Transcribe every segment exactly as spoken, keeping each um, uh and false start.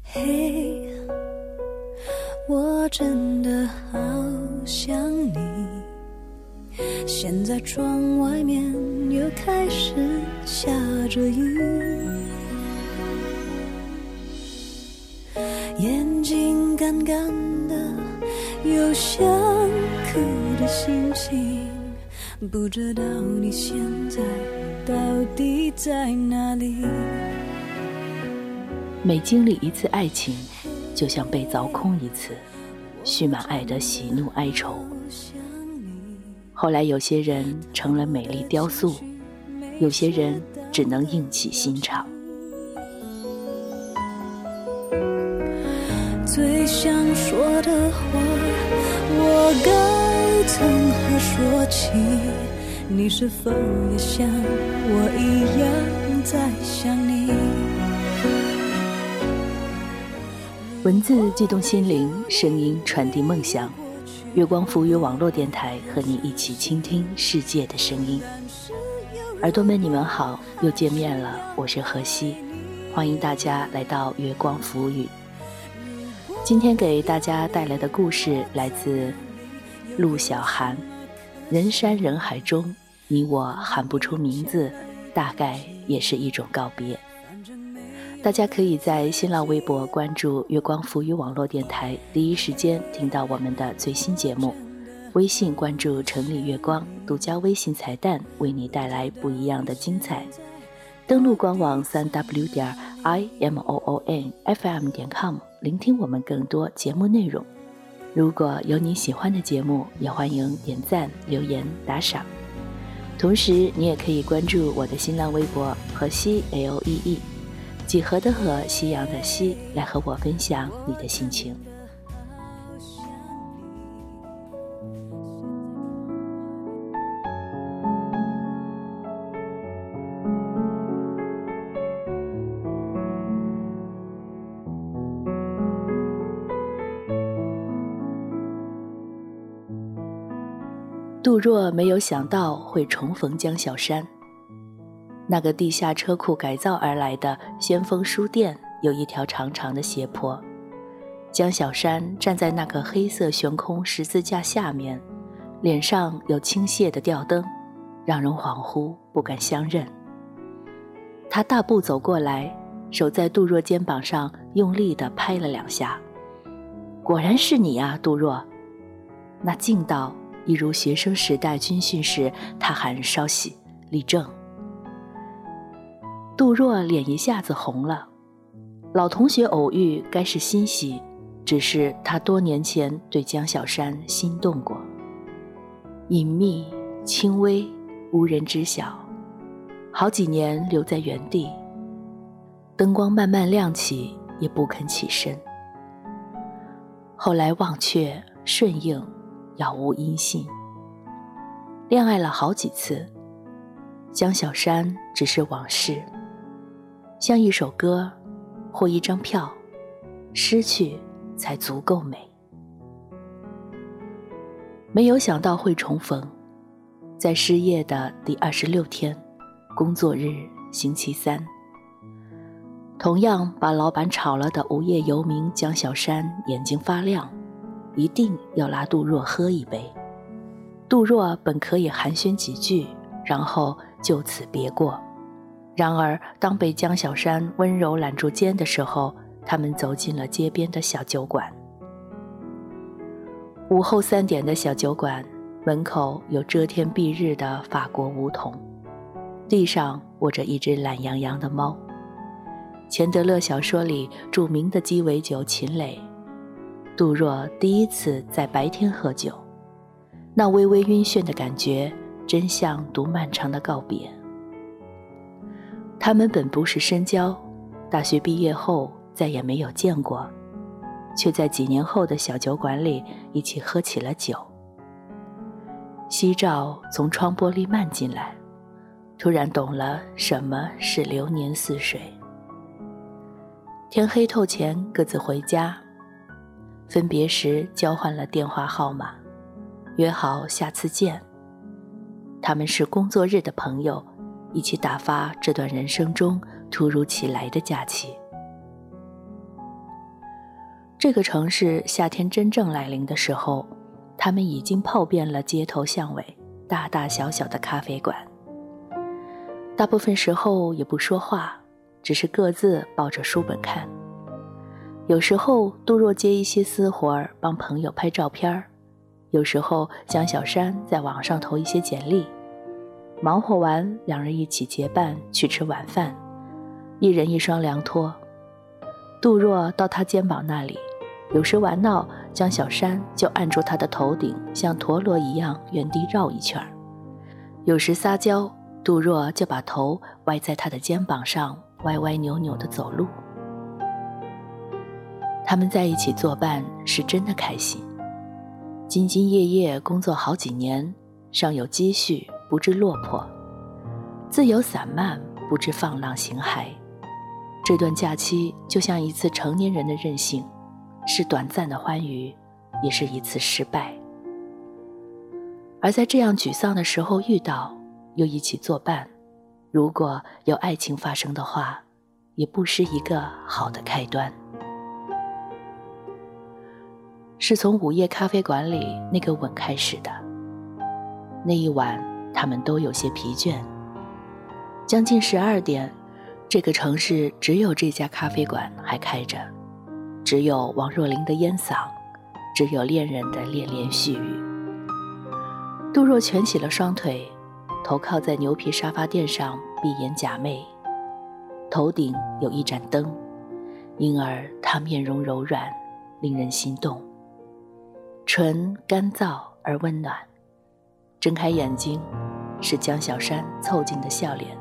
嘿，我真的好想你，现在窗外面又开始下着雨，眼睛干干的，有想哭的心情，不知道你现在到底在哪里。 每经历一次爱情，就像被凿空一次，蓄满爱的喜怒哀愁。后来有些人成了美丽雕塑，有些人只能硬起心肠。 最想说的话，我该从何说起？你是否也像我一样在想你？ 文字激动心灵，声音传递梦想。月光浮于网络电台，和你一起倾听世界的声音。耳朵们，你们好，又见面了，我是何西，欢迎大家来到月光浮语。今天给大家带来的故事来自陆小寒。人山人海中，你我喊不出名字，大概也是一种告别。大家可以在新浪微博关注月光浮语网络电台，第一时间听到我们的最新节目。微信关注城里月光，独家微信彩蛋，为你带来不一样的精彩。登录官网 三 w 点 i m o o n f m 点 com， 聆听我们更多节目内容。如果有你喜欢的节目，也欢迎点赞、留言、打赏。同时你也可以关注我的新浪微博何西 L E E，几何的何，夕阳的夕，来和我分享你的心情。杜若没有想到会重逢江小山。那个地下车库改造而来的先锋书店有一条长长的斜坡，江小山站在那个黑色悬空十字架下面，脸上有倾泻的吊灯，让人恍惚不敢相认。他大步走过来，手在杜若肩膀上用力地拍了两下。果然是你啊，杜若。那劲道一如学生时代军训时他喊稍息立正。杜若脸一下子红了，老同学偶遇该是欣喜，只是他多年前对江小山心动过。隐秘轻微，无人知晓，好几年留在原地，灯光慢慢亮起，也不肯起身。后来忘却顺应，杳无音信。恋爱了好几次，江小山只是往事，像一首歌或一张票，失去才足够美。没有想到会重逢，在失业的第二十六天，工作日星期三，同样把老板炒了的无业游民江小山眼睛发亮，一定要拉杜若喝一杯。杜若本可以寒暄几句，然后就此别过。然而当被江小山温柔揽住肩的时候，他们走进了街边的小酒馆。午后三点的小酒馆门口有遮天蔽日的法国梧桐，地上卧着一只懒洋洋的猫。钱德勒小说里著名的鸡尾酒秦磊，杜若第一次在白天喝酒，那微微晕眩的感觉真像读漫长的告别。他们本不是深交，大学毕业后再也没有见过，却在几年后的小酒馆里一起喝起了酒。夕照从窗玻璃漫进来，突然懂了什么是流年似水。天黑透前各自回家，分别时交换了电话号码，约好下次见。他们是工作日的朋友，一起打发这段人生中突如其来的假期。 这个城市夏天真正来临的时候，他们已经泡遍了街头巷尾，大大小小的咖啡馆。大部分时候也不说话，只是各自抱着书本看。有时候杜若接一些私活儿，帮朋友拍照片，有时候江小山在网上投一些简历。忙活完，两人一起结伴去吃晚饭，一人一双凉拖。杜若到他肩膀那里，有时玩闹，江小山就按住他的头顶，像陀螺一样原地绕一圈。有时撒娇，杜若就把头歪在他的肩膀上，歪歪扭扭地走路。他们在一起作伴是真的开心，兢兢业业工作好几年，尚有积蓄，不致落魄；自由散漫，不致放浪形骸。这段假期就像一次成年人的任性，是短暂的欢愉，也是一次失败。而在这样沮丧的时候遇到，又一起作伴，如果有爱情发生的话，也不失一个好的开端。是从午夜咖啡馆里那个吻开始的。那一晚他们都有些疲倦，将近十二点，这个城市只有这家咖啡馆还开着，只有王若琳的烟嗓，只有恋人的恋恋絮语。杜若蜷起了双腿，头靠在牛皮沙发垫上，闭眼假寐。头顶有一盏灯，因而她面容柔软，令人心动。唇干燥而温暖，睁开眼睛，是江小山凑近的笑脸。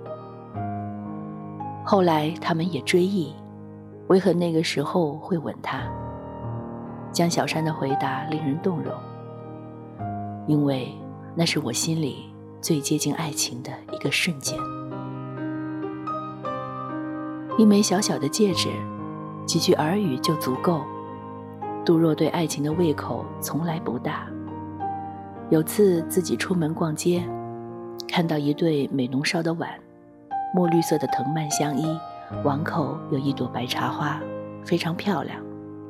后来他们也追忆，为何那个时候会吻他？江小山的回答令人动容，因为那是我心里最接近爱情的一个瞬间。一枚小小的戒指，几句耳语就足够。杜若对爱情的胃口从来不大。有次自己出门逛街，看到一对美浓烧的碗，墨绿色的藤蔓相依，碗口有一朵白茶花，非常漂亮。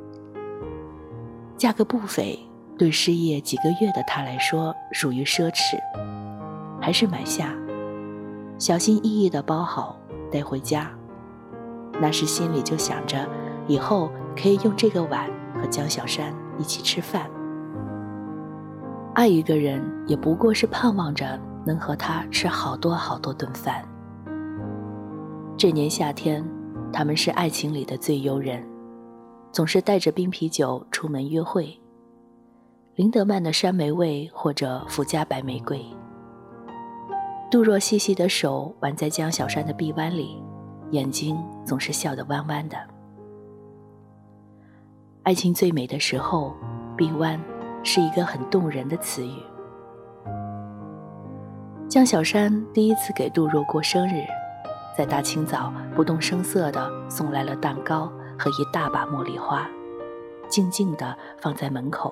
价格不菲，对失业几个月的他来说属于奢侈，还是买下，小心翼翼地包好带回家。那时心里就想着，以后可以用这个碗和江小山一起吃饭。爱一个人也不过是盼望着能和他吃好多好多顿饭。这年夏天，他们是爱情里的最优人，总是带着冰啤酒出门约会，林德曼的山莓味或者福家白玫瑰。杜若细细的手挽在江小山的臂弯里，眼睛总是笑得弯弯的。爱情最美的时候，臂弯是一个很动人的词语。江小山第一次给杜若过生日，在大清早不动声色地送来了蛋糕和一大把茉莉花，静静地放在门口。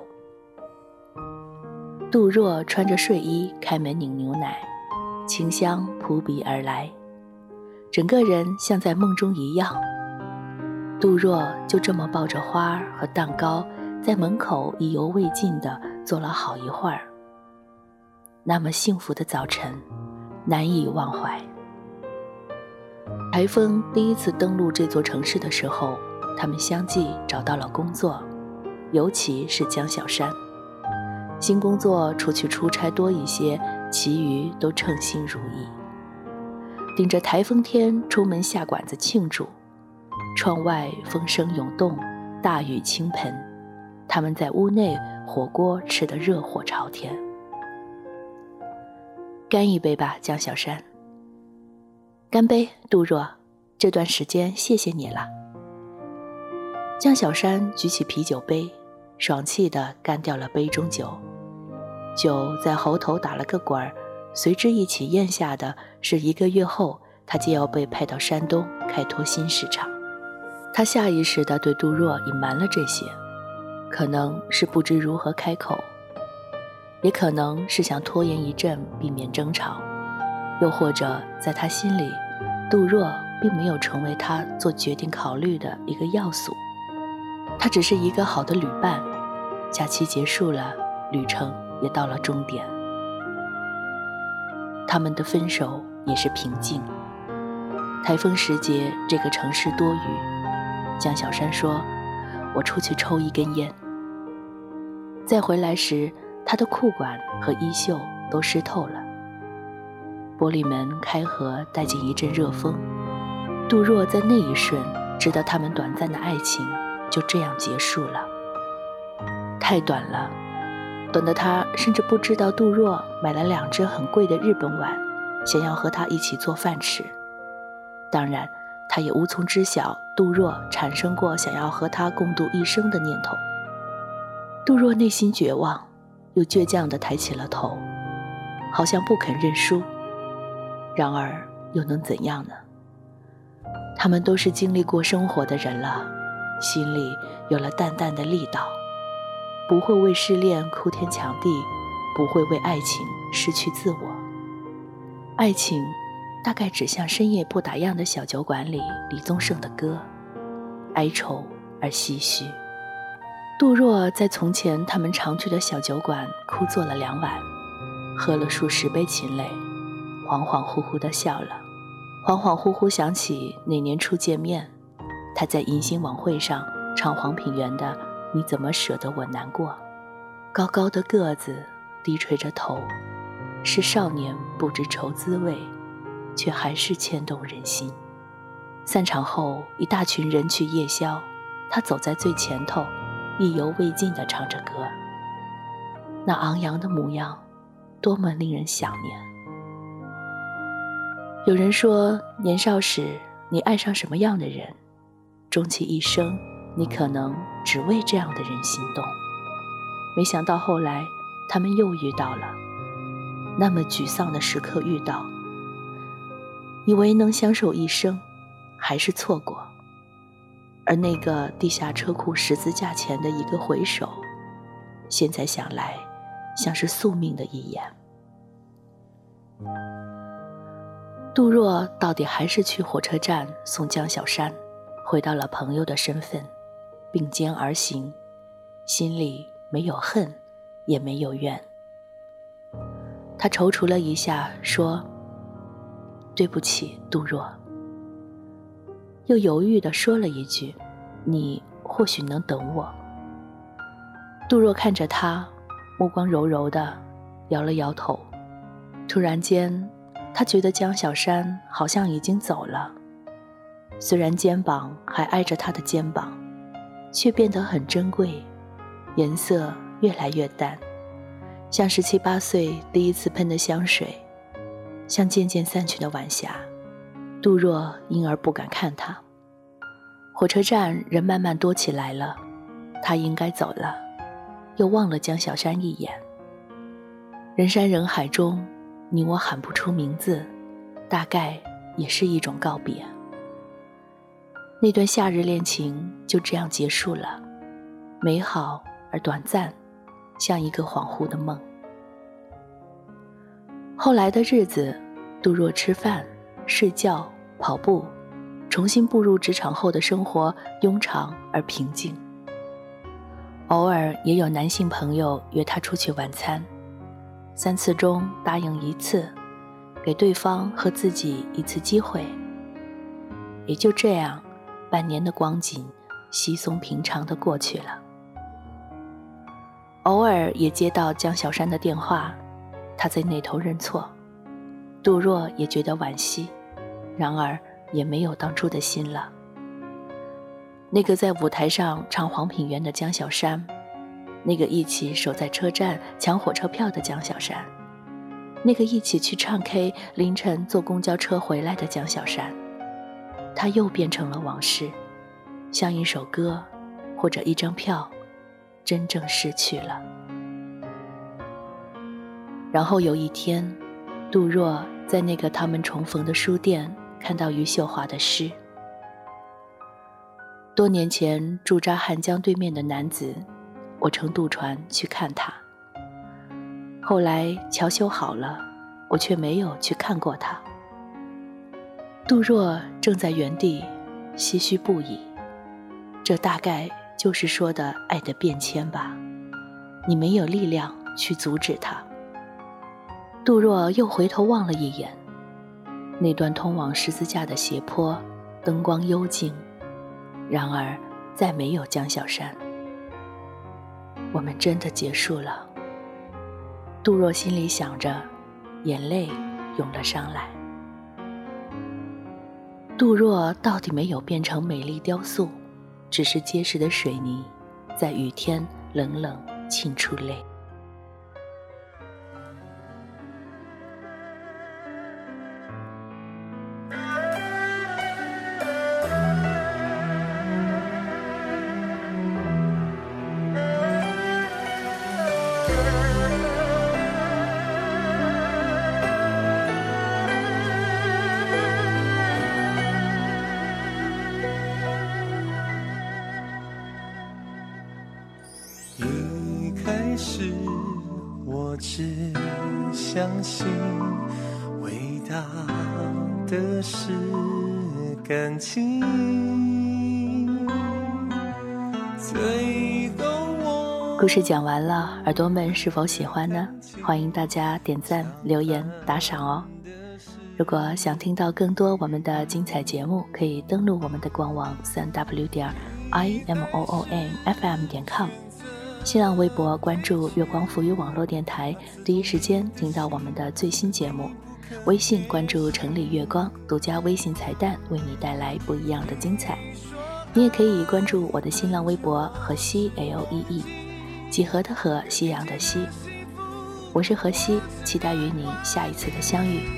杜若穿着睡衣开门拧牛奶，清香扑鼻而来，整个人像在梦中一样。杜若就这么抱着花和蛋糕，在门口意犹未尽地坐了好一会儿。那么幸福的早晨，难以忘怀。台风第一次登陆这座城市的时候，他们相继找到了工作，尤其是江小山。新工作除去出差多一些，其余都称心如意。顶着台风天出门下馆子庆祝，窗外风声涌动，大雨倾盆，他们在屋内火锅吃得热火朝天。干一杯吧，江小山。干杯，杜若，这段时间谢谢你了。江小山举起啤酒杯，爽气地干掉了杯中酒，酒在喉头打了个滚儿，随之一起咽下的是一个月后他就要被派到山东开拓新市场。他下意识地对杜若隐瞒了这些，可能是不知如何开口，也可能是想拖延一阵避免争吵，又或者在他心里，杜若并没有成为他做决定考虑的一个要素。他他只是一个好的旅伴，假期结束了，旅程也到了终点。他们的分手也是平静。台风时节，这个城市多雨。江小山说：“我出去抽一根烟。”再回来时，他的裤管和衣袖都湿透了。玻璃门开合，带进一阵热风。杜若在那一瞬知道他们短暂的爱情就这样结束了。太短了，短得他甚至不知道杜若买了两只很贵的日本碗，想要和他一起做饭吃。当然，他也无从知晓杜若产生过想要和他共度一生的念头。杜若内心绝望，又倔强地抬起了头，好像不肯认输。然而又能怎样呢？他们都是经历过生活的人了，心里有了淡淡的力道，不会为失恋哭天抢地，不会为爱情失去自我。爱情大概只像深夜不打烊的小酒馆里李宗盛的歌，哀愁而唏嘘。杜若在从前他们常去的小酒馆哭坐了两晚，喝了数十杯琴泪，恍恍惚惚地笑了，恍恍惚惚想起那年初见面，他在迎新晚会上唱黄品源的《你怎么舍得我难过》。高高的个子，低垂着头，是少年不知愁滋味，却还是牵动人心。散场后，一大群人去夜宵，他走在最前头，意犹未尽地唱着歌。那昂扬的模样，多么令人想念。有人说，年少时你爱上什么样的人，终其一生，你可能只为这样的人心动。没想到后来，他们又遇到了，那么沮丧的时刻遇到，以为能相守一生，还是错过。而那个地下车库十字架前的一个回首，现在想来，像是宿命的一眼。杜若到底还是去火车站送江小山，回到了朋友的身份，并肩而行，心里没有恨，也没有怨。他踌躇了一下，说：“对不起，杜若。”又犹豫地说了一句：“你或许能等我。”杜若看着他，目光柔柔的，摇了摇头。突然间，他觉得江小山好像已经走了，虽然肩膀还挨着他的肩膀，却变得很珍贵，颜色越来越淡，像十七八岁第一次喷的香水，像渐渐散去的晚霞。杜若因而不敢看他。火车站人慢慢多起来了，他应该走了，又望了江小山一眼。人山人海中，你我喊不出名字，大概也是一种告别。那段夏日恋情就这样结束了，美好而短暂，像一个恍惚的梦。后来的日子，杜若吃饭、睡觉、跑步，重新步入职场后的生活庸常而平静。偶尔也有男性朋友约他出去晚餐，三次中答应一次，给对方和自己一次机会。也就这样，半年的光景稀松平常地过去了。偶尔也接到江小山的电话，他在那头认错，杜若也觉得惋惜，然而也没有当初的心了。那个在舞台上唱黄品源的江小山，那个一起守在车站抢火车票的江小山，那个一起去唱 K 凌晨坐公交车回来的江小山，他又变成了往事，像一首歌或者一张票，真正失去了。然后有一天，杜若在那个他们重逢的书店看到余秀华的诗。多年前驻扎汉江对面的男子，我乘渡船去看他。后来桥修好了，我却没有去看过他。杜若正在原地唏嘘不已，这大概就是说的爱的变迁吧，你没有力量去阻止它。杜若又回头望了一眼，那段通往十字架的斜坡，灯光幽静，然而再没有江小山。我们真的结束了。杜若心里想着，眼泪涌了上来。杜若到底没有变成美丽雕塑，只是结实的水泥，在雨天冷冷沁出泪。 一开始我只相信伟大的是感情，最后我故事讲完了，耳朵们是否喜欢呢？欢迎大家点赞、留言、打赏哦。如果想听到更多我们的精彩节目，可以登录我们的官网 三 w 点 i m o o n f m 点 com， 新浪微博关注月光浮语网络电台，第一时间听到我们的最新节目。微信关注城里月光，独家微信彩蛋为你带来不一样的精彩。你也可以关注我的新浪微博荷西 L E E， 几何的何，夕阳的夕。我是荷西，期待与你下一次的相遇。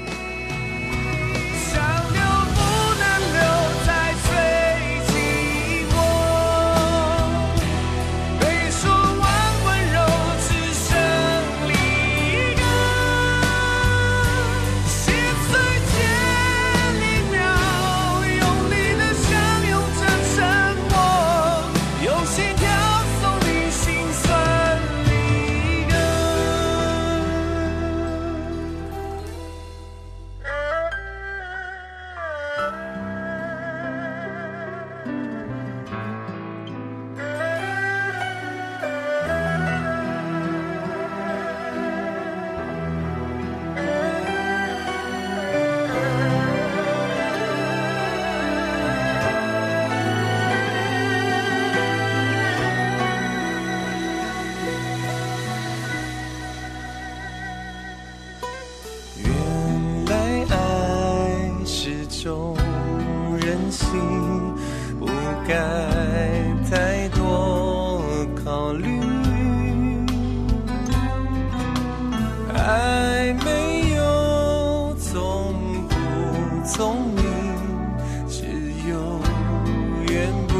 种任性，不该太多考虑。爱没有聪不聪明，只有愿不